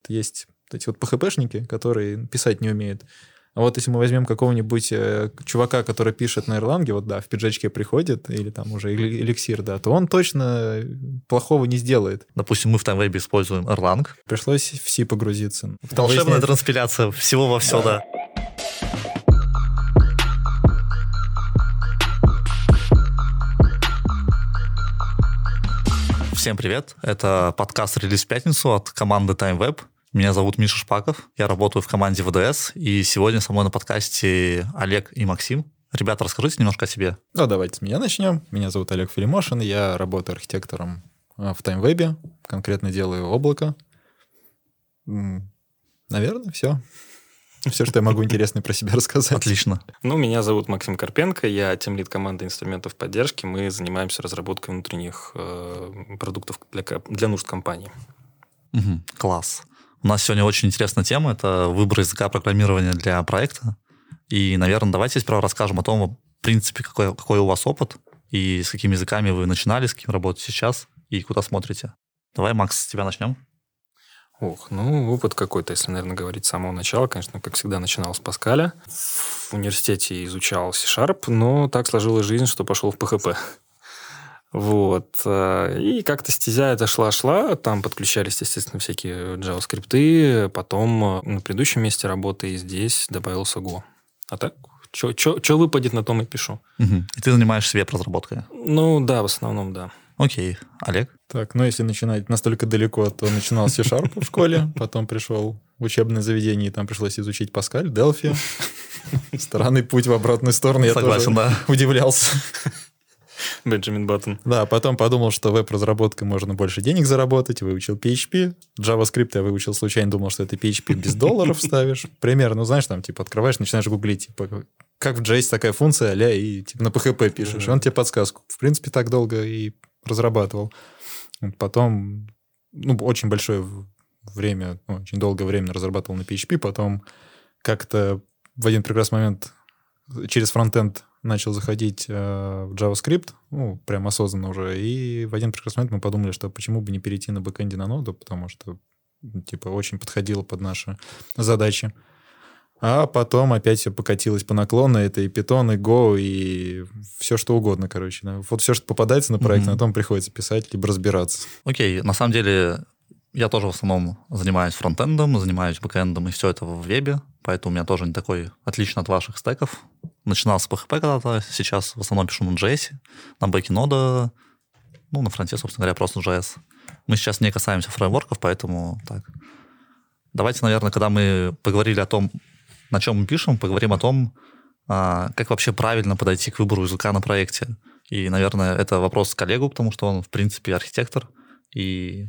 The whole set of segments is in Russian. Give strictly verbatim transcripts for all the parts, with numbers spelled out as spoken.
есть эти вот пи эйч пи-шники, которые писать не умеют. А вот если мы возьмем какого-нибудь э, чувака, который пишет на Erlang, вот да, в пиджачке приходит, или там уже эликсир, да, то он точно плохого не сделает. Допустим, мы в TimeWeb используем Erlang. Пришлось в C погрузиться. Волшебная Выясняет... транспиляция всего во все, да. Всем привет, это подкаст «Релиз в пятницу» от команды TimeWeb. Меня зовут Миша Шпаков, я работаю в команде ви ди эс, и сегодня со мной на подкасте Олег и Максим. Ребята, расскажите немножко о себе. Ну, давайте с меня начнем. Меня зовут Олег Филимошин, я работаю архитектором в TimeWeb, конкретно делаю облако. Наверное, все. Все, что я могу интересное про себя рассказать. Отлично. Ну, меня зовут Максим Карпенко, я тимлид команды инструментов поддержки. Мы занимаемся разработкой внутренних э, продуктов для, для нужд компании. Угу, класс. У нас сегодня очень интересная тема, это выбор языка программирования для проекта. И, наверное, давайте сперва расскажем о том, в принципе, какой, какой у вас опыт, и с какими языками вы начинали, с кем работаете сейчас, и куда смотрите. Давай, Макс, с тебя начнем. Ох, ну, опыт какой-то, если, наверное, говорить с самого начала. Конечно, как всегда, начинал с Паскаля. В университете изучал C-Sharp, но так сложилась жизнь, что пошел в пи эйч пи. Вот. И как-то стезя эта шла-шла. Там подключались, естественно, всякие JavaScript. Потом на предыдущем месте работы и здесь добавился Go. А так, что выпадет, на том и пишу. Угу. И ты занимаешься веб-разработкой? Ну, да, в основном, да. Окей. Олег? Так, ну, если начинать настолько далеко, то начинал с C-Sharp в школе, потом пришел в учебное заведение, и там пришлось изучить Паскаль, Delphi. Странный путь в обратную сторону, я Согласен, тоже да. удивлялся. Бенджамин Баттон. Да, потом подумал, что веб-разработкой можно больше денег заработать, выучил пи эйч пи. JavaScript я выучил случайно, думал, что это пи эйч пи без долларов ставишь. Примерно, ну, знаешь, там, типа, открываешь, начинаешь гуглить, типа, как в джей эс такая функция, а-ля, и типа, на пи эйч пи пишешь, и он тебе подсказку. В принципе, так долго и разрабатывал. Потом, ну, очень большое время, ну, очень долгое время разрабатывал на пи эйч пи, потом как-то в один прекрасный момент через фронтенд начал заходить э, в JavaScript, ну, прям осознанно уже, и в один прекрасный момент мы подумали, что почему бы не перейти на бэкэнде на ноду, потому что, типа, очень подходило под наши задачи. А потом опять все покатилось по наклону, это и Python, и Go, и все что угодно, короче. Да. Вот все, что попадается на проект, mm-hmm. на том приходится писать, либо разбираться. Окей, okay. На самом деле я тоже в основном занимаюсь фронтендом, занимаюсь бэкэндом, и все это в вебе, поэтому у меня тоже не такой отличный от ваших стеков. Начинал с пи эйч пи когда-то, сейчас в основном пишу на джей эс, на бэке нода, ну, на фронте, собственно говоря, просто джей эс. Мы сейчас не касаемся фреймворков, поэтому так. Давайте, наверное, когда мы поговорили о том, на чем мы пишем, поговорим о том, как вообще правильно подойти к выбору языка на проекте. И, наверное, это вопрос к коллегу, потому что он, в принципе, архитектор. И...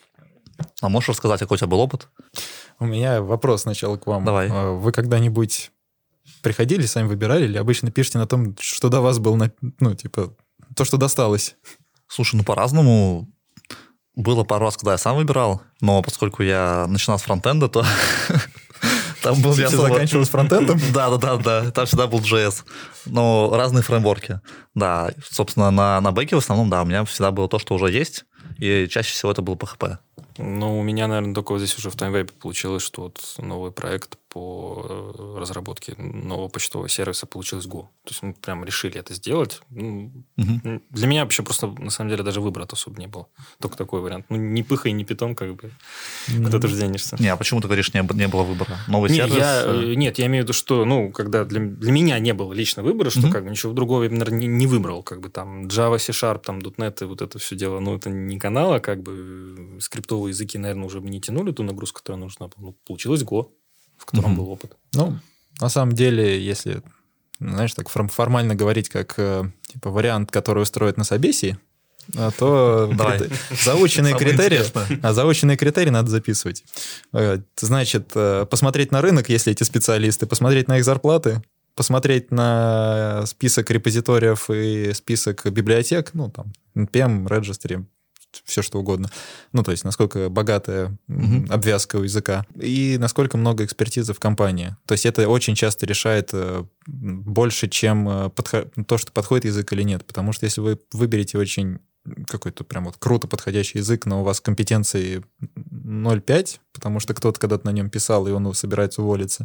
А можешь рассказать, какой у тебя был опыт? У меня вопрос сначала к вам. Давай. Вы когда-нибудь приходили, сами выбирали, или обычно пишете на том, что до вас было, ну, типа, то, что досталось? Слушай, ну, по-разному. Было пару раз, когда я сам выбирал, но поскольку я начинал с фронтенда, то... Там был все заканчивалось фронтендом? Да, да, да, да. Там всегда был джей эс. Но разные фреймворки. Да, собственно, на, на бэке в основном, да, у меня всегда было то, что уже есть. И чаще всего это был пи эйч пи. Ну, у меня, наверное, только вот здесь уже в TimeWeb получилось, что вот новый проект по разработке нового почтового сервиса получилось Go. То есть мы прям решили это сделать. Ну, угу. Для меня вообще просто, на самом деле, даже выбора особо не было. Только такой вариант. Ну, ни пыха и ни питон, как бы. Mm. Куда ты же денешься. Не, а почему ты говоришь, не, не было выбора? Новый не, сервис? Я, нет, я имею в виду, что, ну, когда для, для меня не было лично выбора, что mm-hmm. как бы ничего другого я, наверное, не, не выбрал. Как бы там Java, C-Sharp, там, .NET и вот это все дело. Ну, это не канал, а как бы скриптовые языки, наверное, уже бы не тянули ту нагрузку, которая нужна была. Ну, получилось Go, в котором mm-hmm. был опыт. Ну, на самом деле, если, знаешь, так формально говорить, как типа вариант, который устроит на собессии, то крит... заученные критерии, а заученные критерии надо записывать. Значит, посмотреть на рынок, если эти специалисты, посмотреть на их зарплаты, посмотреть на список репозиториев и список библиотек, ну, там, эн пи эм, Registry, все что угодно. Ну, то есть, насколько богатая mm-hmm. обвязка у языка. И насколько много экспертизы в компании. То есть, это очень часто решает больше, чем подход... то, что подходит язык или нет. Потому что если вы выберете очень какой-то прям вот круто подходящий язык, но у вас компетенции ноль целых пять десятых, потому что кто-то когда-то на нем писал, и он собирается уволиться,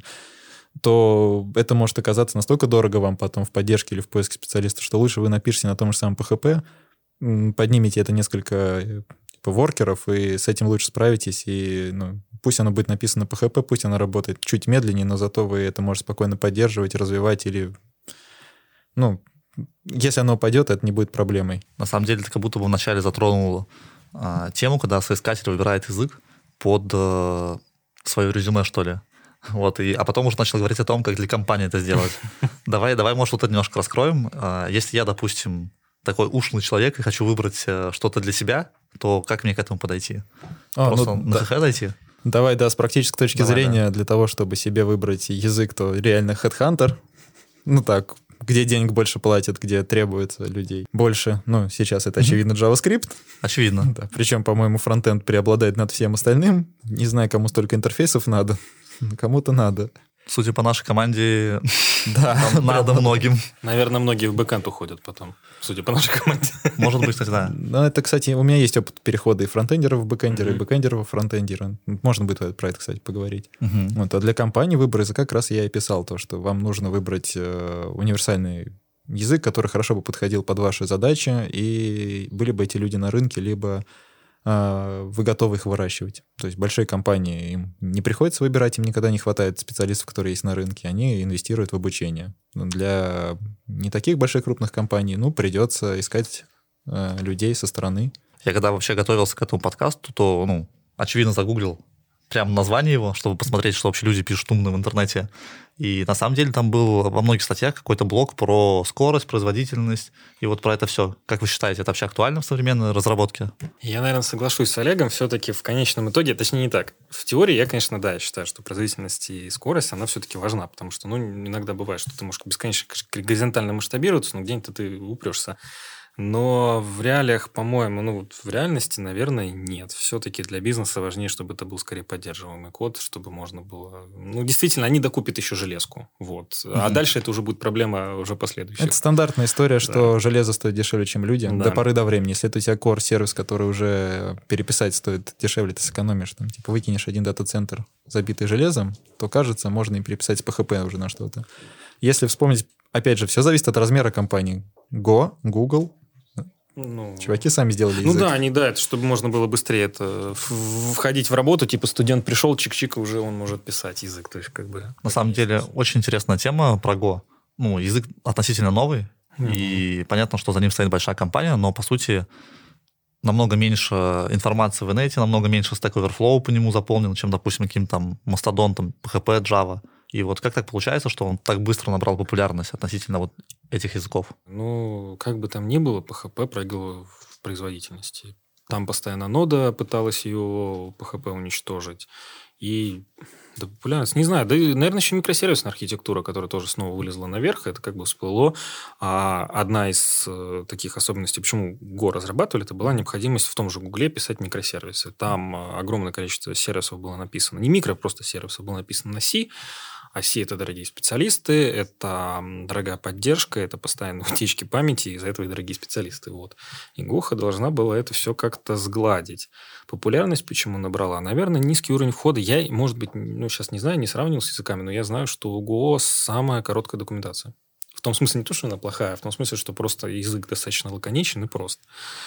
то это может оказаться настолько дорого вам потом в поддержке или в поиске специалиста, что лучше вы напишите на том же самом пи эйч пи, поднимите это несколько типа, воркеров, и с этим лучше справитесь, и ну, пусть оно будет написано на пи эйч пи, пусть оно работает чуть медленнее, но зато вы это можете спокойно поддерживать, развивать, или, ну, если оно упадет, это не будет проблемой. На самом деле, ты как будто бы вначале затронул а, тему, когда соискатель выбирает язык под а, свое резюме, что ли. Вот, и, а потом уже начал говорить о том, как для компании это сделать. Давай, давай, может, вот это немножко раскроем. Если я, допустим, такой ушлый человек и хочу выбрать что-то для себя, то как мне к этому подойти? А, Просто ну, на да. ХХ зайти? Давай, да, с практической точки Давай, зрения, да. для того, чтобы себе выбрать язык, то реально HeadHunter. Ну так, где денег больше платят, где требуется людей больше. Ну, сейчас это, очевидно, JavaScript. Очевидно. Да, причем, по-моему, фронтенд преобладает над всем остальным. Не знаю, кому столько интерфейсов надо. Кому-то надо. Судя по нашей команде, Да, там надо многим. Наверное, многие в бэкэнд уходят потом, судя по нашей команде. Может быть, кстати, да. Ну, это, кстати, у меня есть опыт перехода и фронтендера в бэкэндера, Mm-hmm. и бэкэндера во фронтендера. Можно будет про это, кстати, поговорить. Угу. Вот, а для компании выбор языка как раз я и писал, то, что вам нужно выбрать э, универсальный язык, который хорошо бы подходил под ваши задачи, и были бы эти люди на рынке, либо э, вы готовы их выращивать. То есть большие компании, им не приходится выбирать, им никогда не хватает специалистов, которые есть на рынке, они инвестируют в обучение. Но для не таких больших крупных компаний, ну, придется искать э, людей со стороны. Я когда вообще готовился к этому подкасту, то, ну, очевидно, загуглил прям название его, чтобы посмотреть, что вообще люди пишут умно в интернете. И на самом деле там был во многих статьях какой-то блог про скорость, производительность, и вот про это все. Как вы считаете, это вообще актуально в современной разработке? Я, наверное, соглашусь с Олегом. Все-таки в конечном итоге, точнее не так. В теории я, конечно, да, я считаю, что производительность и скорость, она все-таки важна, потому что, ну, иногда бывает, что ты можешь бесконечно горизонтально масштабироваться, но где-нибудь ты упрешься. Но в реалиях, по-моему, ну, вот в реальности, наверное, нет. Все-таки для бизнеса важнее, чтобы это был скорее поддерживаемый код, чтобы можно было... Ну, действительно, они докупят еще железку. Вот. Mm-hmm. А дальше это уже будет проблема уже последующая. Это стандартная история, что да. железо стоит дешевле, чем люди. Да. До поры до времени. Если это у тебя core-сервис, который уже переписать стоит дешевле, ты сэкономишь. Там, типа выкинешь один дата-центр, забитый железом, то, кажется, можно и переписать с пи эйч пи уже на что-то. Если вспомнить, опять же, все зависит от размера компании. Go, Google... Ну, Чуваки сами сделали язык. Ну да, они, да, это чтобы можно было быстрее это, входить в работу, типа студент пришел, чик-чик, уже он может писать язык. То есть как бы... На самом деле, очень интересная тема про Go. Ну, язык относительно новый, mm-hmm. и понятно, что за ним стоит большая компания, но, по сути, намного меньше информации в инете, намного меньше Stack Overflow по нему заполнен, чем, допустим, каким-то там мастодонтом, пи эйч пи, Java. И вот как так получается, что он так быстро набрал популярность относительно вот этих языков? Ну, как бы там ни было, пи эйч пи прыгал в производительности. Там постоянно нода пыталась ее пи эйч пи уничтожить. И да, популярность, не знаю, да, наверное, еще микросервисная архитектура, которая тоже снова вылезла наверх, это как бы всплыло. А одна из э, таких особенностей, почему Go разрабатывали, это была необходимость в том же Гугле писать микросервисы. Там э, огромное количество сервисов было написано, не микро, просто сервисов было написано на C, а C – это дорогие специалисты, это дорогая поддержка, это постоянные утечки памяти, из-за этого и дорогие специалисты. Вот. И Гоха должна была это все как-то сгладить. Популярность почему набрала? Наверное, низкий уровень входа. Я, может быть, ну, сейчас не знаю, не сравнивал с языками, но я знаю, что у Go самая короткая документация. В том смысле не то, что она плохая, а в том смысле, что просто язык достаточно лаконичен и прост.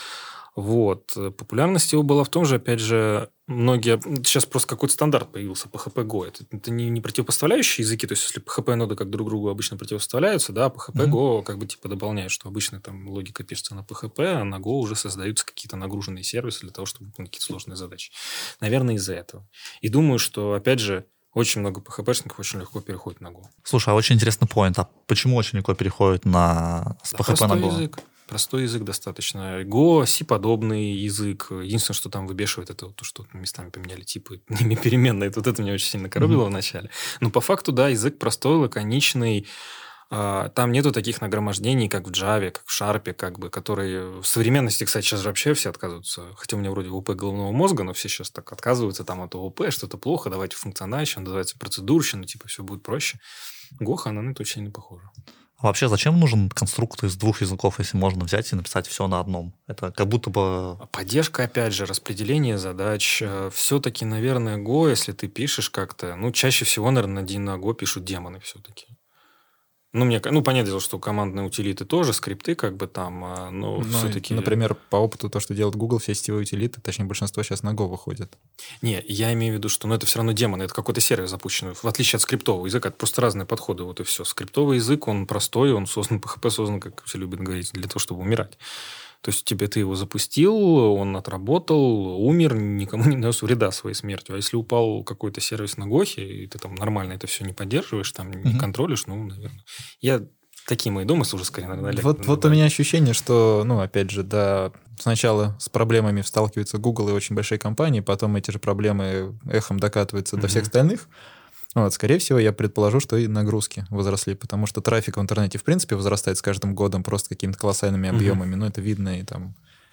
Вот. Популярность его была в том же, опять же, многие... Сейчас просто какой-то стандарт появился пи эйч пи Go. Это, это не, не противопоставляющие языки, то есть, если пи эйч пи-ноды как друг другу обычно противопоставляются, да, пи эйч пи Go mm-hmm. как бы типа дополняет, что обычно там логика пишется на пи эйч пи, а на Go уже создаются какие-то нагруженные сервисы для того, чтобы выполнить какие-то сложные задачи. Наверное, из-за этого. И думаю, что, опять же, очень много пи эйч пи-шников очень легко переходит на Go. Слушай, а очень интересный поинт. А почему очень легко переходит на... с да, пи эйч пи на Go? Язык. Простой язык достаточно. Go, C-подобный язык. Единственное, что там выбешивает, это то, что местами поменяли типы переменные. Вот это меня очень сильно коробило mm-hmm. вначале. Но по факту, да, язык простой, лаконичный. Там нету таких нагромождений, как в Java, как в Sharp, как бы, которые... В современности, кстати, сейчас же вообще все отказываются. Хотя у меня вроде ООП головного мозга, но все сейчас так отказываются там от ООП, что-то плохо, давайте функциональщина, называется процедурщина, типа все будет проще. Гоха, она на это очень не похожа. А вообще, зачем нужен конструктор из двух языков, если можно взять и написать все на одном? Это как будто бы... Поддержка, опять же, распределение задач. Все-таки, наверное, Go, если ты пишешь как-то... Ну, чаще всего, наверное, на Go пишут демоны все-таки. Ну, мне, ну, понятное дело, что командные утилиты тоже, скрипты как бы там, но ну, все-таки... Например, по опыту то, что делает Google, все сетевые утилиты, точнее, большинство сейчас на Go выходят. Не, я имею в виду, что ну, это все равно демоны, это какой-то сервис запущенный, в отличие от скриптового языка, это просто разные подходы, вот и все. Скриптовый язык, он простой, он создан, пэ хэ пэ создан, как все любят говорить, для того, чтобы умирать. То есть, тебе ты его запустил, он отработал, умер, никому не нанес вреда своей смертью. А если упал какой-то сервис на Гохе, и ты там нормально это все не поддерживаешь, там не mm-hmm. контролишь, ну, наверное... Я... Такие мои домыслы уже скорее, наверное, Олег. Вот, вот у меня ощущение, что, ну, опять же, да, сначала с проблемами сталкиваются Google и очень большие компании, потом эти же проблемы эхом докатываются mm-hmm. до всех остальных. Вот, скорее всего, я предположу, что и нагрузки возросли, потому что трафик в интернете, в принципе, возрастает с каждым годом просто какими-то колоссальными объемами. Mm-hmm. Ну, это видно и там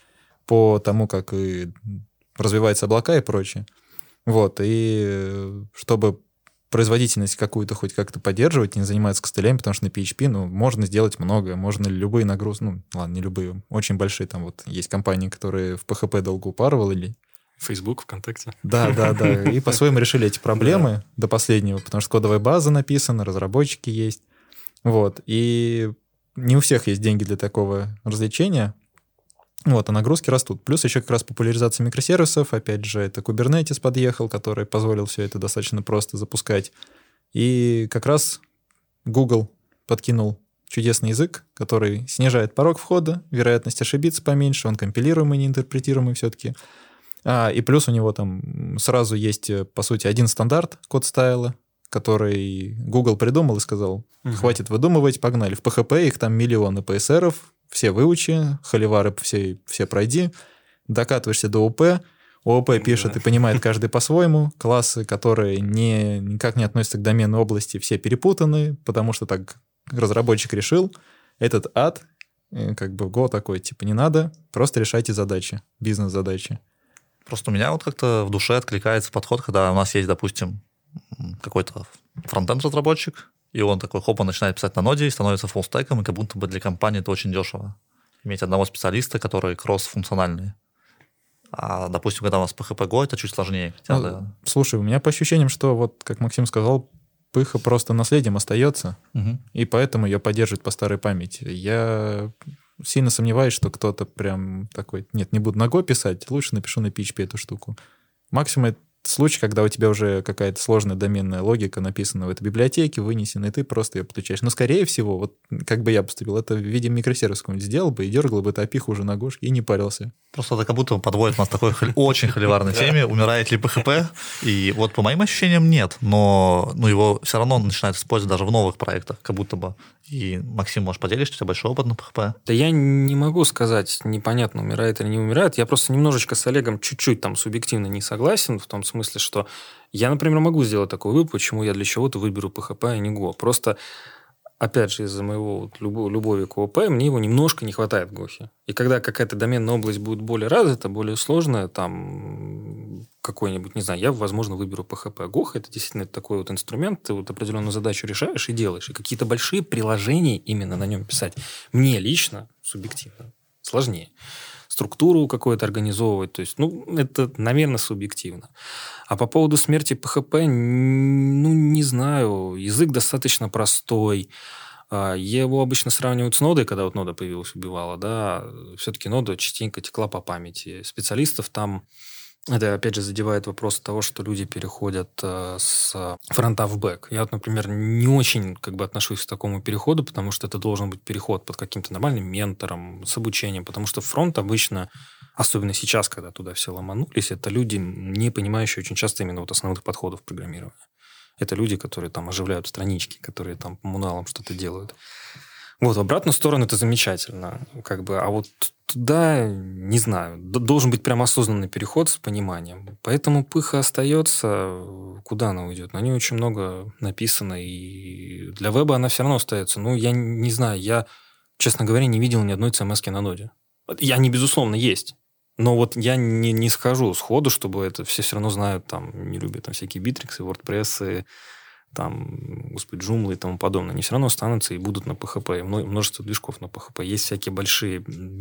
по тому, как и развиваются облака и прочее. Вот, и чтобы производительность какую-то хоть как-то поддерживать, не заниматься костылями, потому что на пи эйч пи, ну, можно сделать много, можно любые нагрузки, ну, ладно, не любые, очень большие, там вот есть компании, которые в пэ хэ пэ долго упарывали. Facebook, ВКонтакте. Да, да, да, и по-своему решили эти проблемы до последнего, потому что кодовая база написана, разработчики есть, вот, и не у всех есть деньги для такого развлечения, вот, а нагрузки растут. Плюс еще как раз популяризация микросервисов. Опять же, это Kubernetes подъехал, который позволил все это достаточно просто запускать. И как раз Google подкинул чудесный язык, который снижает порог входа, вероятность ошибиться поменьше, он компилируемый, не интерпретируемый все-таки. А, и плюс у него там сразу есть, по сути, один стандарт код стайла, который Google придумал и сказал, угу. хватит выдумывать, погнали. В пэ хэ пэ их там миллионы пи эс эр-ов, все выучи, холивары все, все пройди, докатываешься до о пэ, о пэ пишет да. и понимает каждый по-своему, классы, которые не, никак не относятся к доменной области, все перепутаны, потому что так разработчик решил, этот ад, как бы Go такой, типа не надо, просто решайте задачи, бизнес-задачи. Просто у меня вот как-то в душе откликается подход, когда у нас есть, допустим, какой-то фронтенд-разработчик, и он такой, хоп, он начинает писать на ноде и становится фуллстеком, и как будто бы для компании это очень дешево. Иметь одного специалиста, который кросс-функциональный. А, допустим, когда у нас пэ хэ пэ Go, это чуть сложнее. Хотя, ну, да. Слушай, у меня по ощущениям, что вот, как Максим сказал, пыха просто наследием остается, угу. и поэтому ее поддерживают по старой памяти. Я сильно сомневаюсь, что кто-то прям такой, нет, не буду на Go писать, лучше напишу на пи эйч пи эту штуку. Максимум это случай, когда у тебя уже какая-то сложная доменная логика написана в этой библиотеке, вынесена, и ты просто ее подключаешь. Но, скорее всего, вот как бы я поступил, это в виде микросервиса какой-нибудь сделал бы и дергал бы эту опиху уже на Гошке и не парился. Просто это как будто подводит нас к такой очень холиварной теме, умирает ли пэ хэ пэ. И вот по моим ощущениям нет, но ну, его все равно начинают использовать даже в новых проектах, как будто бы. И, Максим, может, поделишься, у тебя большой опыт на пэ хэ пэ? Да я не могу сказать, непонятно, умирает или не умирает. Я просто немножечко с Олегом чуть-чуть там субъективно не согласен, в том смысле, что я, например, могу сделать такой выбор, почему я для чего-то выберу пэ хэ пэ, а не Go. Просто, опять же, из-за моего вот любови к о пэ мне его немножко не хватает в Гохе. И когда какая-то доменная область будет более развита, более сложная, там какой-нибудь, не знаю, я, возможно, выберу пэ хэ пэ. Гоха – это действительно такой вот инструмент, ты вот определенную задачу решаешь и делаешь. И какие-то большие приложения именно на нем писать мне лично, субъективно, сложнее. Структуру какую-то организовывать. То есть, ну, это, наверное, субъективно. А по поводу смерти пэ хэ пэ, ну, не знаю. Язык достаточно простой. Я его обычно сравнивают с нодой, когда вот нода появилась, убивала, да. Все-таки нода частенько текла по памяти. Специалистов там... Это, опять же, задевает вопрос того, что люди переходят э, с фронта в бэк. Я, вот, например, не очень как бы отношусь к такому переходу, потому что это должен быть переход под каким-то нормальным ментором, с обучением, потому что фронт обычно, особенно сейчас, когда туда все ломанулись, это люди, не понимающие очень часто именно вот основных подходов программирования. Это люди, которые там оживляют странички, которые там по мануалам что-то делают. Вот, в обратную сторону это замечательно. Как бы, а вот туда, не знаю, должен быть прям осознанный переход с пониманием. Поэтому пыха остается. Куда она уйдет? На ней очень много написано. И для веба она все равно остается. Ну, я не знаю, я, честно говоря, не видел ни одной си эм эс-ки на ноде. Я не, безусловно, есть. Но вот я не, не схожу сходу, чтобы это все все равно знают, там, не любят там всякие битриксы, вордпрессы, там, господи, Joomla и тому подобное, они все равно останутся и будут на пэ хэ пэ. И множество движков на пэ хэ пэ. Есть всякие большие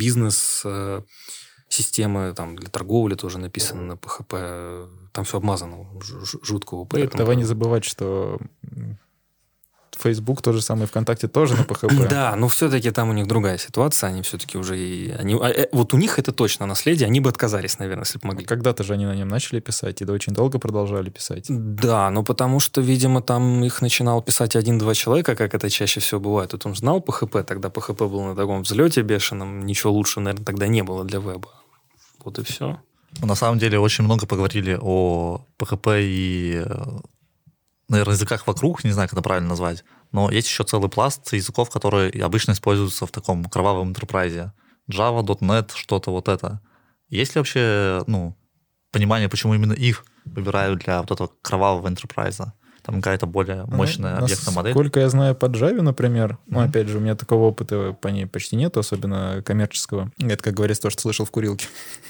бизнес-системы, там, для торговли тоже написаны на пэ хэ пэ. Там все обмазано жутко о пэ. Давай не забывать, что Facebook, тот же самый ВКонтакте, тоже на пэ хэ пэ. Да, но все-таки там у них другая ситуация. Они все-таки уже... И, они, а, вот у них это точно наследие. Они бы отказались, наверное, если бы могли. Когда-то же они на нем начали писать, и да очень долго продолжали писать. Да, но потому что, видимо, там их начинал писать один-два человека, как это чаще всего бывает. Тут он знал пэ хэ пэ, тогда пэ хэ пэ был на таком взлете бешеном. Ничего лучше, наверное, тогда не было для веба. Вот и все. На самом деле очень много поговорили о пэ хэ пэ и... наверное, языках вокруг, не знаю, как это правильно назвать, но есть еще целый пласт языков, которые обычно используются в таком кровавом интерпрайзе. Java, .дот нет, что-то вот это. Есть ли вообще, ну, понимание, почему именно их выбирают для вот этого кровавого интерпрайза? Там какая-то более мощная ну, объектная модель? Сколько я знаю по Java, например, mm-hmm. ну, опять же, у меня такого опыта по ней почти нет, особенно коммерческого. Это, как говорится, то, что слышал в курилке.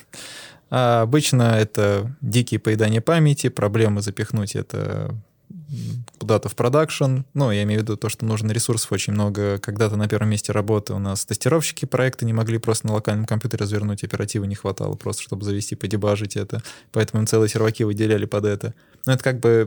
А обычно это дикие поедания памяти, проблемы запихнуть это... куда-то в продакшн. Ну, я имею в виду то, что нужно ресурсов очень много. Когда-то на первом месте работы у нас тестировщики проекта не могли просто на локальном компьютере развернуть, оперативы не хватало просто, чтобы завести, подебажить это. Поэтому им целые серваки выделяли под это. Но это как бы...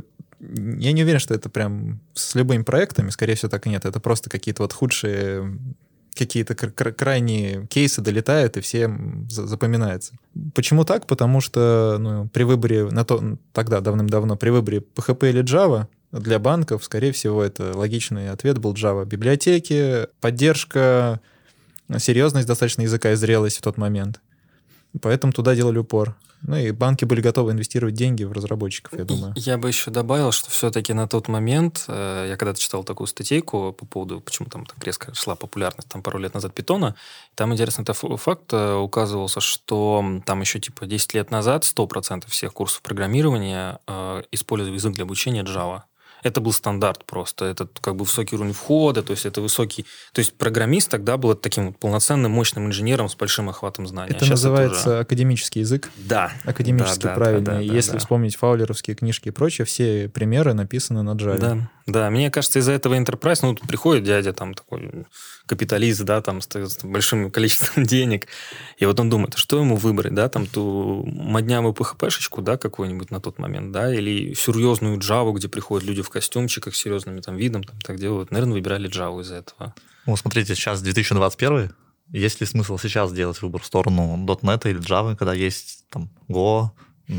Я не уверен, что это прям с любыми проектами, скорее всего, так и нет. Это просто какие-то вот худшие... какие-то крайние кейсы долетают, и всем запоминается. Почему так? Потому что ну, при выборе, на то, тогда давным-давно, при выборе пэ хэ пэ или Java для банков, скорее всего, это логичный ответ был Java. Библиотеки, поддержка, серьезность достаточно языка и зрелость в тот момент. Поэтому туда делали упор. Ну и банки были готовы инвестировать деньги в разработчиков, я думаю. Я бы еще добавил, что все-таки на тот момент, э, я когда-то читал такую статейку по поводу, почему там так резко шла популярность, там пару лет назад Питона, там интересный факт э, указывался, что там еще типа десять лет назад сто процентов всех курсов программирования э, использовали язык для обучения Java. Это был стандарт просто. Это как бы высокий уровень входа, то есть это высокий... То есть программист тогда был таким вот полноценным, мощным инженером с большим охватом знаний. Это а называется это уже... академический язык. Да. Академический, да, да, правильно. Да, да, Если да, вспомнить фаулеровские книжки и прочее, все примеры написаны на Java. Да, да. Мне кажется, из-за этого Enterprise, ну, тут приходит дядя там такой капиталист, да, там с, с большим количеством денег, и вот он думает, что ему выбрать, да, там ту моднявую пэ хэ пэ-шечку, да, какую-нибудь на тот момент, да, или серьезную Java, где приходят люди в костюмчиках с серьезным там видом, там так делают. Наверное, выбирали Java из-за этого. Ну, смотрите, сейчас две тысячи двадцать первый. Есть ли смысл сейчас делать выбор в сторону .дот нет или Java, когда есть там Go,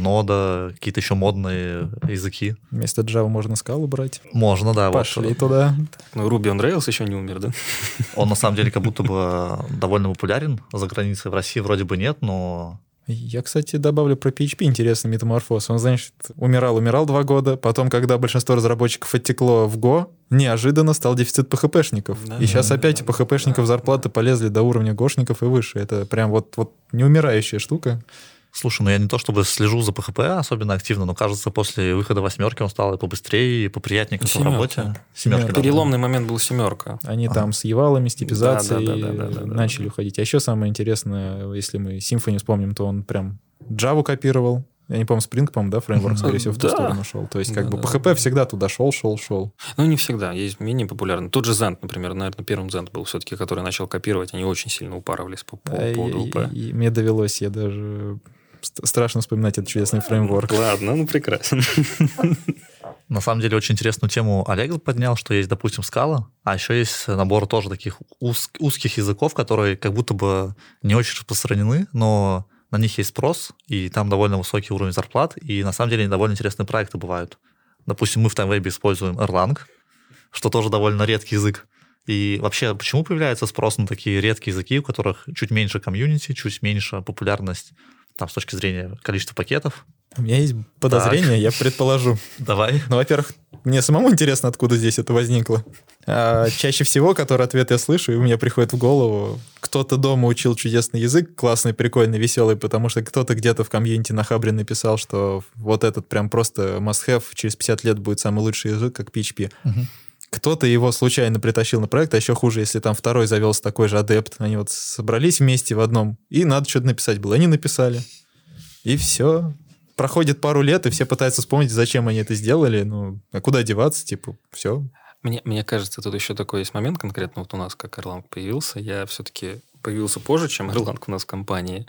Нода, какие-то еще модные языки? Вместо Java можно Scala брать. Можно, да. Пошли вот. туда. Ну, Ruby on Rails еще не умер, да? Он, на самом деле, как будто бы довольно популярен за границей. В России вроде бы нет, но... Я, кстати, добавлю про пи эйч пи интересный метаморфоз. Он, значит, умирал-умирал два года. Потом, когда большинство разработчиков оттекло в Go, неожиданно стал дефицит пэ хэ пэ-шников. Да, и сейчас да, опять да, у пэ хэ пэ-шников да, зарплаты да. полезли до уровня гошников и выше. Это прям вот, вот неумирающая штука. Слушай, ну я не то чтобы слежу за пэ хэ пэ особенно активно, но кажется, после выхода восьмерки он стал и побыстрее, и поприятнее как в работе. Семерка. Переломный момент был семерка. Они ага. там с евалами, с типизацией да, да, да, да, да, начали да, да. уходить. А еще самое интересное, если мы Symfony вспомним, то он прям Java копировал. Я не помню, Spring, по-моему, да, фреймворк, скорее всего, в ту да. сторону шел. То есть, как да, бы, да, пэ хэ пэ да. всегда туда шел, шел, шел. Ну, не всегда. Есть менее популярный. Тот же Zend, например, наверное, первым Zend был все-таки, который начал копировать. Они очень сильно упарывались по, по а поводу УП. И, и мне довелось, я даже... Страшно вспоминать этот чудесный фреймворк. Ладно, ну прекрасно. На самом деле очень интересную тему Олег поднял, что есть, допустим, Scala, а еще есть набор тоже таких уз- узких языков, которые как будто бы не очень распространены, но на них есть спрос, и там довольно высокий уровень зарплат, и на самом деле довольно интересные проекты бывают. Допустим, мы в TimeWeb используем Erlang, что тоже довольно редкий язык. И вообще, почему появляется спрос на такие редкие языки, у которых чуть меньше комьюнити, чуть меньше популярность там, с точки зрения количества пакетов? У меня есть подозрение, так. я предположу. Давай. Ну, во-первых, мне самому интересно, откуда здесь это возникло. А, чаще всего, который ответ я слышу, и у меня приходит в голову, кто-то дома учил чудесный язык, классный, прикольный, веселый, потому что кто-то где-то в комьюнити на Хабре написал, что вот этот прям просто must-have, через пятьдесят лет будет самый лучший язык, как пи эйч пи. Угу. Кто-то его случайно притащил на проект, а еще хуже, если там второй завелся такой же адепт. Они вот собрались вместе в одном, и надо что-то написать было. Они написали. И все. проходит пару лет, и все пытаются вспомнить, зачем они это сделали. Ну, а куда деваться, типа, все. Мне, мне кажется, тут еще такой есть момент конкретно. Вот у нас, как Erlang появился, я все-таки появился позже, чем Erlang у нас в компании.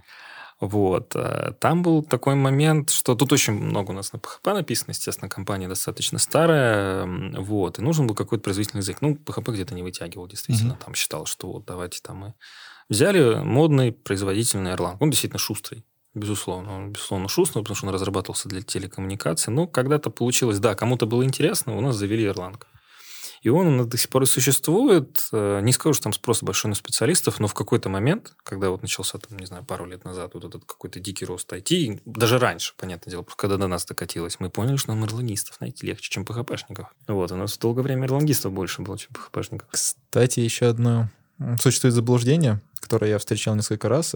Вот. Там был такой момент, что тут очень много у нас на пи эйч пи написано, естественно, компания достаточно старая, вот, и нужен был какой-то производительный язык. Ну, пи эйч пи где-то не вытягивал, действительно, mm-hmm. там считал, что вот давайте там мы взяли модный производительный Erlang. Он действительно шустрый, безусловно. Он, безусловно, шустрый, потому что он разрабатывался для телекоммуникаций. Но когда-то получилось, да, кому-то было интересно, у нас завели Erlang. И он до сих пор и существует. Не скажу, что там спрос большой на специалистов, но в какой-то момент, когда вот начался, там, не знаю, пару лет назад вот этот какой-то дикий рост ай ти, даже раньше, понятное дело, когда до нас докатилось, мы поняли, что нам эрлангистов найти легче, чем пи эйч пи-шников. Вот, у нас в долгое время эрлангистов больше было, чем пи эйч пи-шников. Кстати, еще одно существует заблуждение, которое я встречал несколько раз.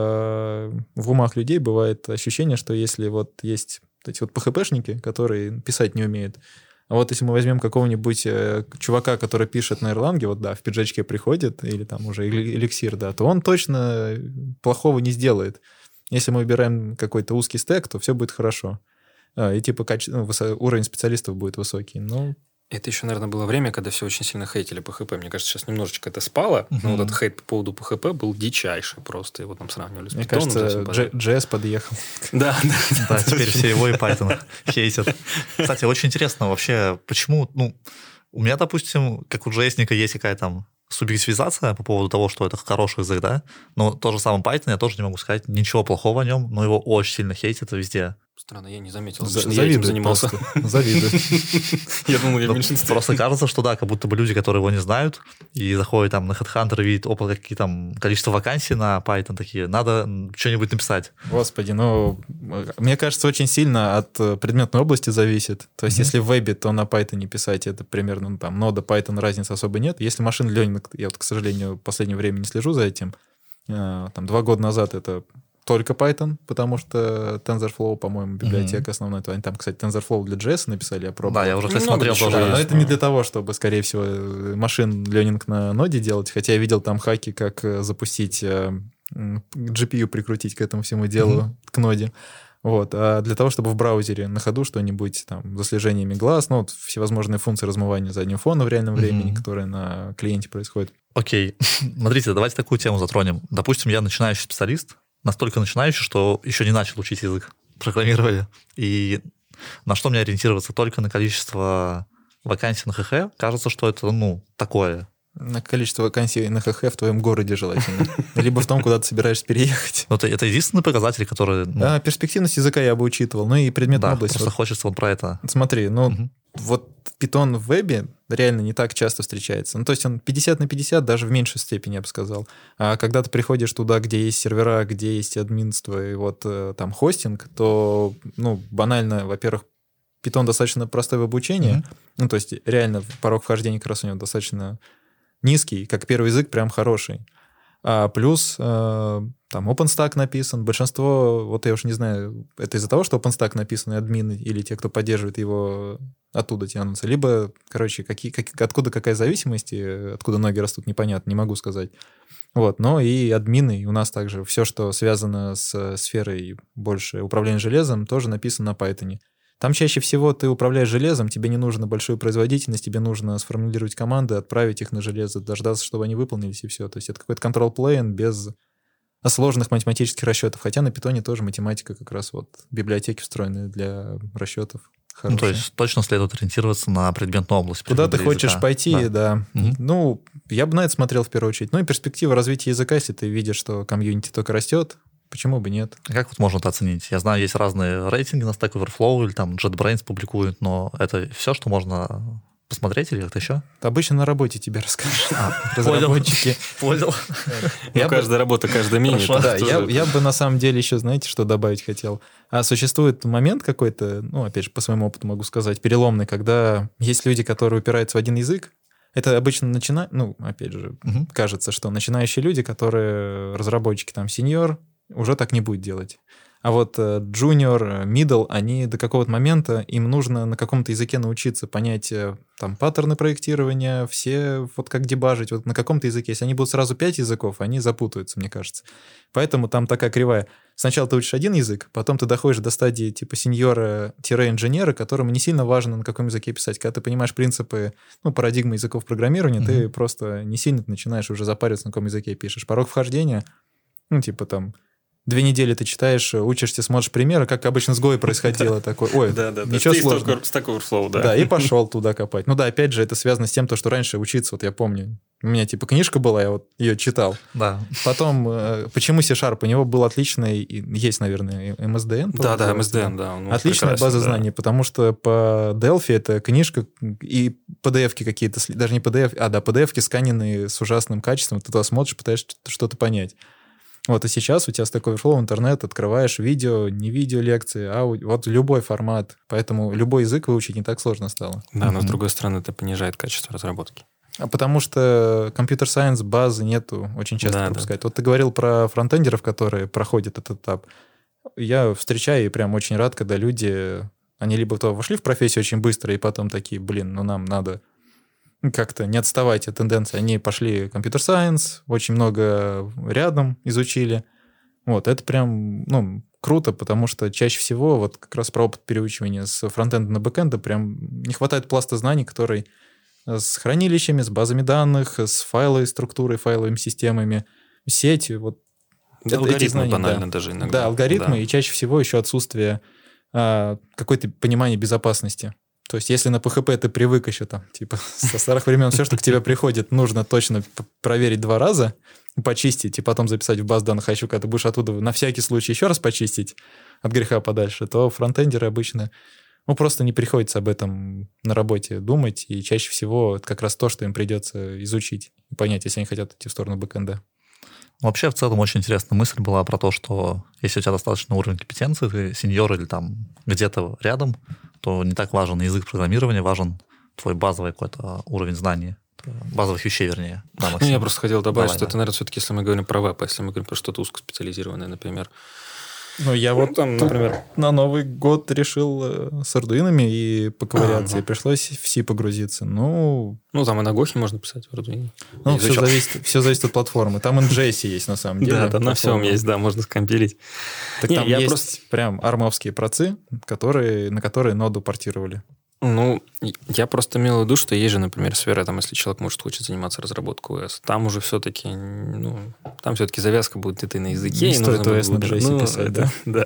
Это в умах людей бывает ощущение, что если вот есть эти вот пи эйч пи-шники, которые писать не умеют, а вот если мы возьмем какого-нибудь э, чувака, который пишет на Erlang, вот да, в пиджачке приходит, или там уже эликсир, да, то он точно плохого не сделает. Если мы выбираем какой-то узкий стек, то все будет хорошо. А, и типа каче... ну, высо... уровень специалистов будет высокий. Но... Это еще, наверное, было время, когда все очень сильно хейтили пи эйч пи. Мне кажется, сейчас немножечко это спало, uh-huh. но вот этот хейт по поводу пи эйч пи был дичайший просто. Его там сравнивали с Мне Python. кажется, джей эс подъехал. Да, да. Да, теперь все его и Python хейтят. Кстати, очень интересно вообще, почему... Ну, у меня, допустим, как у джей эс-ника есть какая-то там субъективизация по поводу того, что это хороший язык, да? Но то же самое Python, я тоже не могу сказать ничего плохого о нем, но его очень сильно хейтят везде. Странно, я не заметил. За- я этим завидуют занимался. Завидуют. Я думал, я в Ну, меньшинстве. Просто кажется, что да, как будто бы люди, которые его не знают, и заходят там на HeadHunter и видят опыт, какие там количество вакансий на Python такие, надо что-нибудь написать. Господи, ну, мне кажется, очень сильно от предметной области зависит. То есть, mm-hmm. если в вебе, то на Python не писать, это примерно, ну, там, нода, Python, разницы особо нет. Если машин learning, я вот, к сожалению, в последнее время не слежу за этим, там, два года назад это только Python, потому что TensorFlow, по-моему, библиотека mm-hmm. основная. Они там, кстати, TensorFlow для джей эс написали, я пробовал. Да, я уже, кстати, смотрел тоже. Да, но это не для того, чтобы, скорее всего, машин ленинг на ноде делать, хотя я видел там хаки, как запустить джи пи ю, прикрутить к этому всему делу, mm-hmm. к ноде. Вот. А для того, чтобы в браузере на ходу что-нибудь там за слежениями глаз, ну, вот всевозможные функции размывания заднего фона в реальном mm-hmm. времени, которые на клиенте происходят. Окей. Смотрите, давайте такую тему затронем. Допустим, я начинающий специалист, настолько начинающий, что еще не начал учить язык программирования. И на что мне ориентироваться? Только на количество вакансий на ХХ? Кажется, что это, ну, такое. На количество вакансий на ХХ в твоем городе желательно. Либо в том, куда ты собираешься переехать. Это, это единственный показатель, который... Ну... А, перспективность языка я бы учитывал. Ну и предметная да, область. просто вот. Хочется вот про это. Смотри, ну угу. вот Python в вебе реально не так часто встречается. Ну то есть он пятьдесят на пятьдесят, даже в меньшей степени, я бы сказал. А когда ты приходишь туда, где есть сервера, где есть админство и вот там хостинг, то, ну, банально, во-первых, Python достаточно простой в обучении. Mm-hmm. Ну то есть реально порог вхождения как раз у него достаточно низкий, как первый язык прям хороший. А плюс э, там OpenStack написан. Большинство, вот я уж не знаю, это из-за того, что OpenStack написан, и админы или те, кто поддерживает его, оттуда тянутся. Либо, короче, какие, как, откуда какая зависимость, откуда ноги растут, непонятно, не могу сказать. Вот, но и админы, и у нас также все, что связано с сферой больше управления железом, тоже написано на Python. Там чаще всего ты управляешь железом, тебе не нужно большую производительность, тебе нужно сформулировать команды, отправить их на железо, дождаться, чтобы они выполнились, и все. То есть это какой-то control-plane без сложных математических расчетов. Хотя на Python тоже математика как раз вот библиотеки встроенные для расчетов. Ну, то есть точно следует ориентироваться на предметную область. Куда ты хочешь языка. пойти, да. да. Угу. Ну, я бы на это смотрел в первую очередь. Ну и перспектива развития языка, если ты видишь, что комьюнити только растет, почему бы нет? А как вот можно это оценить? Я знаю, есть разные рейтинги на Stack Overflow или там JetBrains публикуют, но это все, что можно посмотреть или как-то еще? Обычно на работе тебе расскажут. А, разработчики. Понял. Ну, каждая работа, каждая мини. Да, я бы на самом деле еще, знаете, что добавить хотел? А существует момент какой-то, ну, опять же, по своему опыту могу сказать, переломный, когда есть люди, которые упираются в один язык. Это обычно начинает, ну, опять же, кажется, что начинающие люди, которые разработчики, там, сеньор, уже так не будет делать. А вот junior, middle, они до какого-то момента, им нужно на каком-то языке научиться понять там паттерны проектирования, все вот как дебажить. Вот на каком-то языке, если они будут сразу пять языков, они запутаются, мне кажется. Поэтому там такая кривая. сначала ты учишь один язык, потом ты доходишь до стадии типа сеньора-инженера, которому не сильно важно, на каком языке писать. Когда ты понимаешь принципы, ну, парадигмы языков программирования, mm-hmm. ты просто не сильно начинаешь уже запариваться, на каком языке пишешь. Порог вхождения, ну, типа там, две недели ты читаешь, учишься, смотришь примеры, как обычно с Go происходило такой. Ой, да, да, ничего сложного. Stack Overflow, да. Да, и пошел туда копать. Ну да, опять же, это связано с тем, что раньше учиться, вот я помню, у меня типа книжка была, я вот ее читал. Да. Потом, почему C-Sharp? У него был отличный, есть, наверное, эм эс ди эн. Да, да, эм эс ди эн, да. Отличная база да. знаний, потому что по Delphi это книжка и пи ди эф-ки какие-то, даже не пи ди эф, а да, пи ди эф-ки сканенные с ужасным качеством, ты туда смотришь, пытаешься что-то понять. Вот, и сейчас у тебя Stack Overflow, интернет, открываешь видео, не видео лекции, а вот любой формат. Поэтому любой язык выучить не так сложно стало. Да, но mm-hmm. с другой стороны, это понижает качество разработки. А потому что компьютер сайенс базы нету, очень часто да, пропускать. Да. Вот ты говорил про фронтендеров, которые проходят этот этап. Я встречаю и прям очень рад, когда люди, они либо то вошли в профессию очень быстро, и потом такие, блин, ну нам надо как-то не отставать от тенденции. Они пошли компьютер-сайенс, очень много рядом изучили. Вот, это прям, ну, круто, потому что чаще всего вот как раз про опыт переучивания с фронтенда на бэкенда прям не хватает пласта знаний, который с хранилищами, с базами данных, с файловой структурой, файловыми системами, сетью. Вот да, это, алгоритмы знания, банально да. даже иногда. Да, алгоритмы, да. и чаще всего еще отсутствие а, какой-то понимания безопасности. То есть, если на пи эйч пи ты привык еще там, типа, со старых времен, все, что к тебе приходит, нужно точно проверить два раза, почистить и потом записать в базу данных, а еще когда ты будешь оттуда на всякий случай еще раз почистить от греха подальше, то фронтендеры обычно, ну, просто не приходится об этом на работе думать, и чаще всего это как раз то, что им придется изучить и понять, если они хотят идти в сторону бэкэнда. Вообще, в целом, очень интересная мысль была про то, что если у тебя достаточный уровень компетенции, ты сеньор или там где-то рядом, то не так важен язык программирования, важен твой базовый какой-то уровень знаний, базовых вещей, вернее. Да, я просто хотел добавить, Давай, что да. это, наверное, все-таки, если мы говорим про веб, а если мы говорим про что-то узкоспециализированное, например. Ну, я вот там, например, на Новый год решил с ардуинами и поковыряться, а, и пришлось в C погрузиться. Ну, ну, там и на Гохе можно писать в ардуине. Ну, все зависит, все зависит от платформы. Там эн джей эс есть, на самом деле. Да, там на всем есть, да, можно скомпилить. Так Не, там я есть просто... прям армовские процы, которые, на которые ноду портировали. Ну, я просто имел в виду, что есть же, например, сфера, там, если человек может хочет заниматься разработкой о эс, там уже все-таки, ну, там все-таки завязка будет где-то на языке. Не стоит о эс на джей эс ну, писать, да? Да.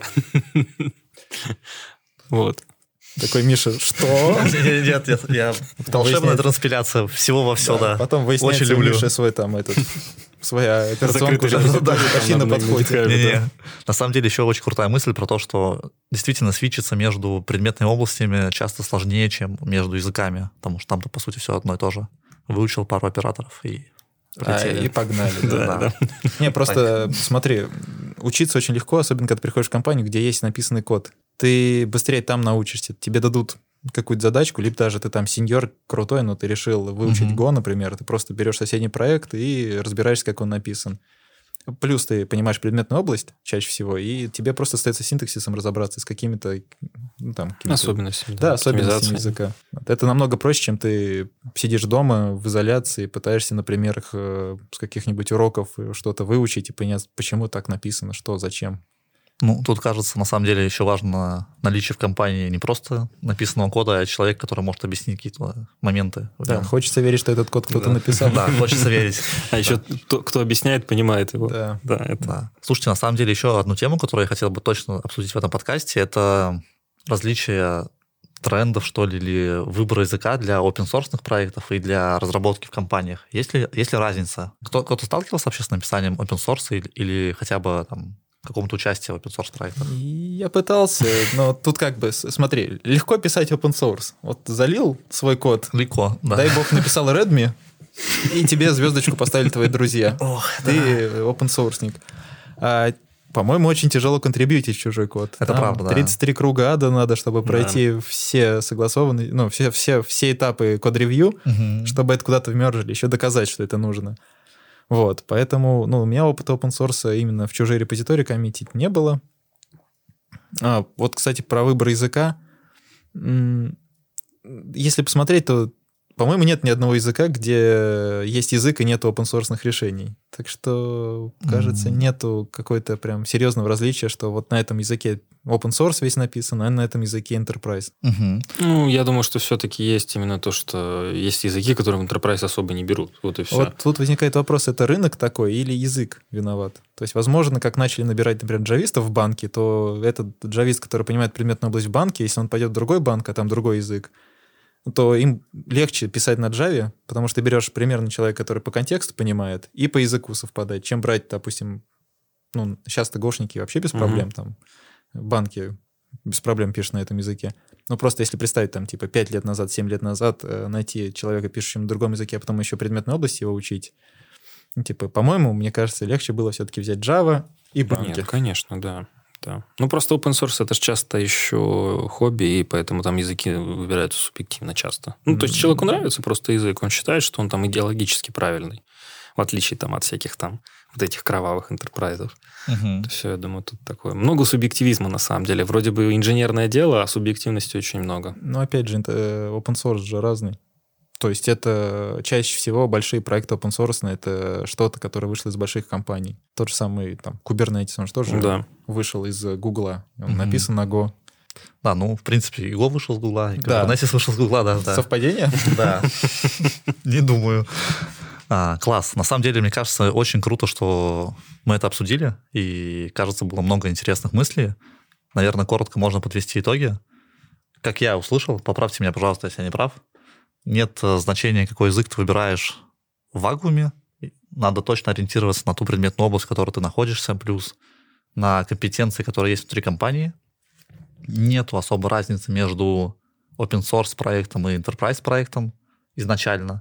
Вот. Такой, Миша, что? Нет, нет, я волшебная транспиляция всего во все, да. Потом выясняется, у Миши свой там этот... Своя операционка уже почти на подходе. Не-не. На самом деле еще очень крутая мысль про то, что действительно свитчиться между предметными областями часто сложнее, чем между языками, потому что там-то, по сути, все одно и то же. Выучил пару операторов и полетели. А, и погнали. Да, да. Не, просто смотри, учиться очень легко, особенно когда ты приходишь в компанию, где есть написанный код. Ты быстрее там научишься. Тебе дадут какую-то задачку, либо даже ты там сеньор крутой, но ты решил выучить mm-hmm. Go, например, ты просто берешь соседний проект и разбираешься, как он написан. Плюс ты понимаешь предметную область чаще всего, и тебе просто остается синтаксисом разобраться с какими-то, ну, там, какими-то... особенностями. Да, да особенностями языка. Это намного проще, чем ты сидишь дома в изоляции, пытаешься на примерах с каких-нибудь уроков что-то выучить и понять, почему так написано, что, зачем. Ну, тут, кажется, на самом деле еще важно наличие в компании не просто написанного кода, а человек, который может объяснить какие-то моменты. Да, хочется верить, что этот код кто-то написал. Да, хочется верить. А еще кто объясняет, понимает его. Да. Да. Слушайте, на самом деле еще одну тему, которую я хотел бы точно обсудить в этом подкасте, это различие трендов, что ли, или выбора языка для open-source проектов и для разработки в компаниях. Есть ли, есть ли разница? Кто, кто-то сталкивался вообще с написанием open-source или, или хотя бы там какому-то участию в open-source проектах? Я пытался, но тут как бы, смотри, легко писать open-source. Вот залил свой код. Легко, да. Дай бог написал Redmi, и тебе звездочку поставили твои друзья. Ох, ты да. open-sourceник. А, по-моему, очень тяжело контрибьютить чужой код. Это Там правда, да. тридцать три круга ада надо, чтобы пройти да. все согласованные, ну, все, все, все этапы код-ревью, угу. чтобы это куда-то вмержили, еще доказать, что это нужно. Вот, поэтому, ну, у меня опыта open source именно в чужие репозитории коммитить не было. А, вот, кстати, про выбор языка. Если посмотреть, то по-моему, нет ни одного языка, где есть язык и нет open-source решений. Так что, кажется, mm-hmm. нету какой-то прям серьезного различия, что вот на этом языке open-source весь написан, а на этом языке enterprise. Mm-hmm. Ну, я думаю, что все-таки есть именно то, что есть языки, которые в enterprise особо не берут. Вот и все. Вот тут возникает вопрос, это рынок такой или язык виноват? То есть, возможно, как начали набирать, например, джавистов в банке, то этот джавист, который понимает предметную область в банке, если он пойдет в другой банк, а там другой язык, то им легче писать на Java, потому что ты берешь примерно человека, который по контексту понимает, и по языку совпадает, чем брать, допустим, ну, сейчас-то гошники вообще без проблем, mm-hmm. там, банки без проблем пишут на этом языке. Ну, просто если представить, там, типа, пять лет назад, семь лет назад, найти человека, пишущего на другом языке, а потом еще предметной области его учить, ну, типа, по-моему, мне кажется, легче было все-таки взять Java и банки. Нет, конечно, да. Да. Ну, просто open source это же часто еще хобби, и поэтому там языки выбираются субъективно часто. Ну, то есть человеку нравится просто язык, он считает, что он там идеологически правильный, в отличие там от всяких там вот этих кровавых энтерпрайзов. Uh-huh. То есть, я думаю, тут такое... Много субъективизма, на самом деле. Вроде бы инженерное дело, а субъективности очень много. Ну, опять же, open source же разный. То есть это чаще всего большие проекты open source, это что-то, которое вышло из больших компаний. Тот же самый там Kubernetes, он же тоже да. вышел из Гугла. Он mm-hmm. написан на Go. Да, ну, в принципе, и Go вышел с Гугла, и Kubernetes да. вышел с Гугла, да. да. Совпадение? Да. Не думаю. А, класс. На самом деле, мне кажется, очень круто, что мы это обсудили, и, кажется, было много интересных мыслей. Наверное, коротко можно подвести итоги. Как я услышал, поправьте меня, пожалуйста, если я не прав, нет значения, какой язык ты выбираешь в вакууме. Надо точно ориентироваться на ту предметную область, в которой ты находишься, плюс на компетенции, которые есть внутри компании. Нету особой разницы между open-source проектом и enterprise проектом изначально.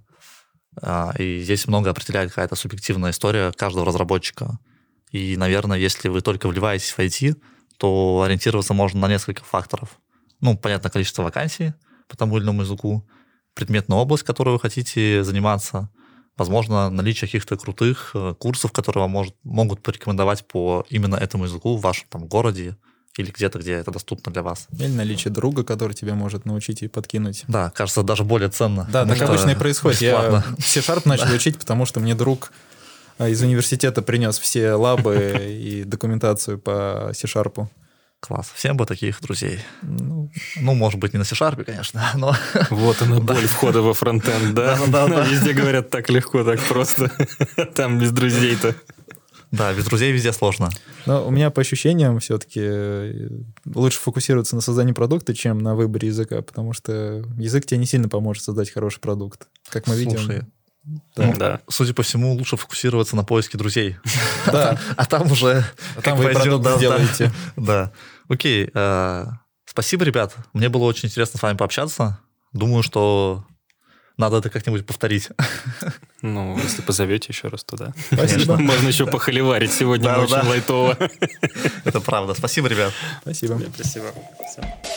И здесь много определяет какая-то субъективная история каждого разработчика. И, наверное, если вы только вливаетесь в ай ти, то ориентироваться можно на несколько факторов. Ну, понятно, количество вакансий по тому или иному языку, предметная область, которой вы хотите заниматься, возможно, наличие каких-то крутых курсов, которые вам может, могут порекомендовать по именно этому языку в вашем там городе или где-то, где это доступно для вас. Или наличие друга, который тебя может научить и подкинуть. Да, кажется, даже более ценно. Да, так обычно и происходит. Я C-Sharp начал учить, потому что мне друг из университета принес все лабы и документацию по C-Sharp. Класс. Всем бы таких друзей. Ну, ну, может быть, не на C-Sharp, конечно, но... Вот она, боль входа во фронтенд, да? Да, да. Везде говорят так легко, так просто. Там без друзей-то. Да, без друзей везде сложно. Но у меня по ощущениям все-таки лучше фокусироваться на создании продукта, чем на выборе языка, потому что язык тебе не сильно поможет создать хороший продукт. Как мы видим... Слушай, Да. Ну, да. Судя по всему, лучше фокусироваться на поиске друзей. Да. А там уже... А там вы продукт сделаете. Да. Окей. Спасибо, ребят. Мне было очень интересно с вами пообщаться. Думаю, что надо это как-нибудь повторить. Ну, если позовете еще раз, то да. Спасибо. Можно еще похоливарить. Сегодня очень лайтово. Это правда. Спасибо, ребят. Спасибо. Спасибо.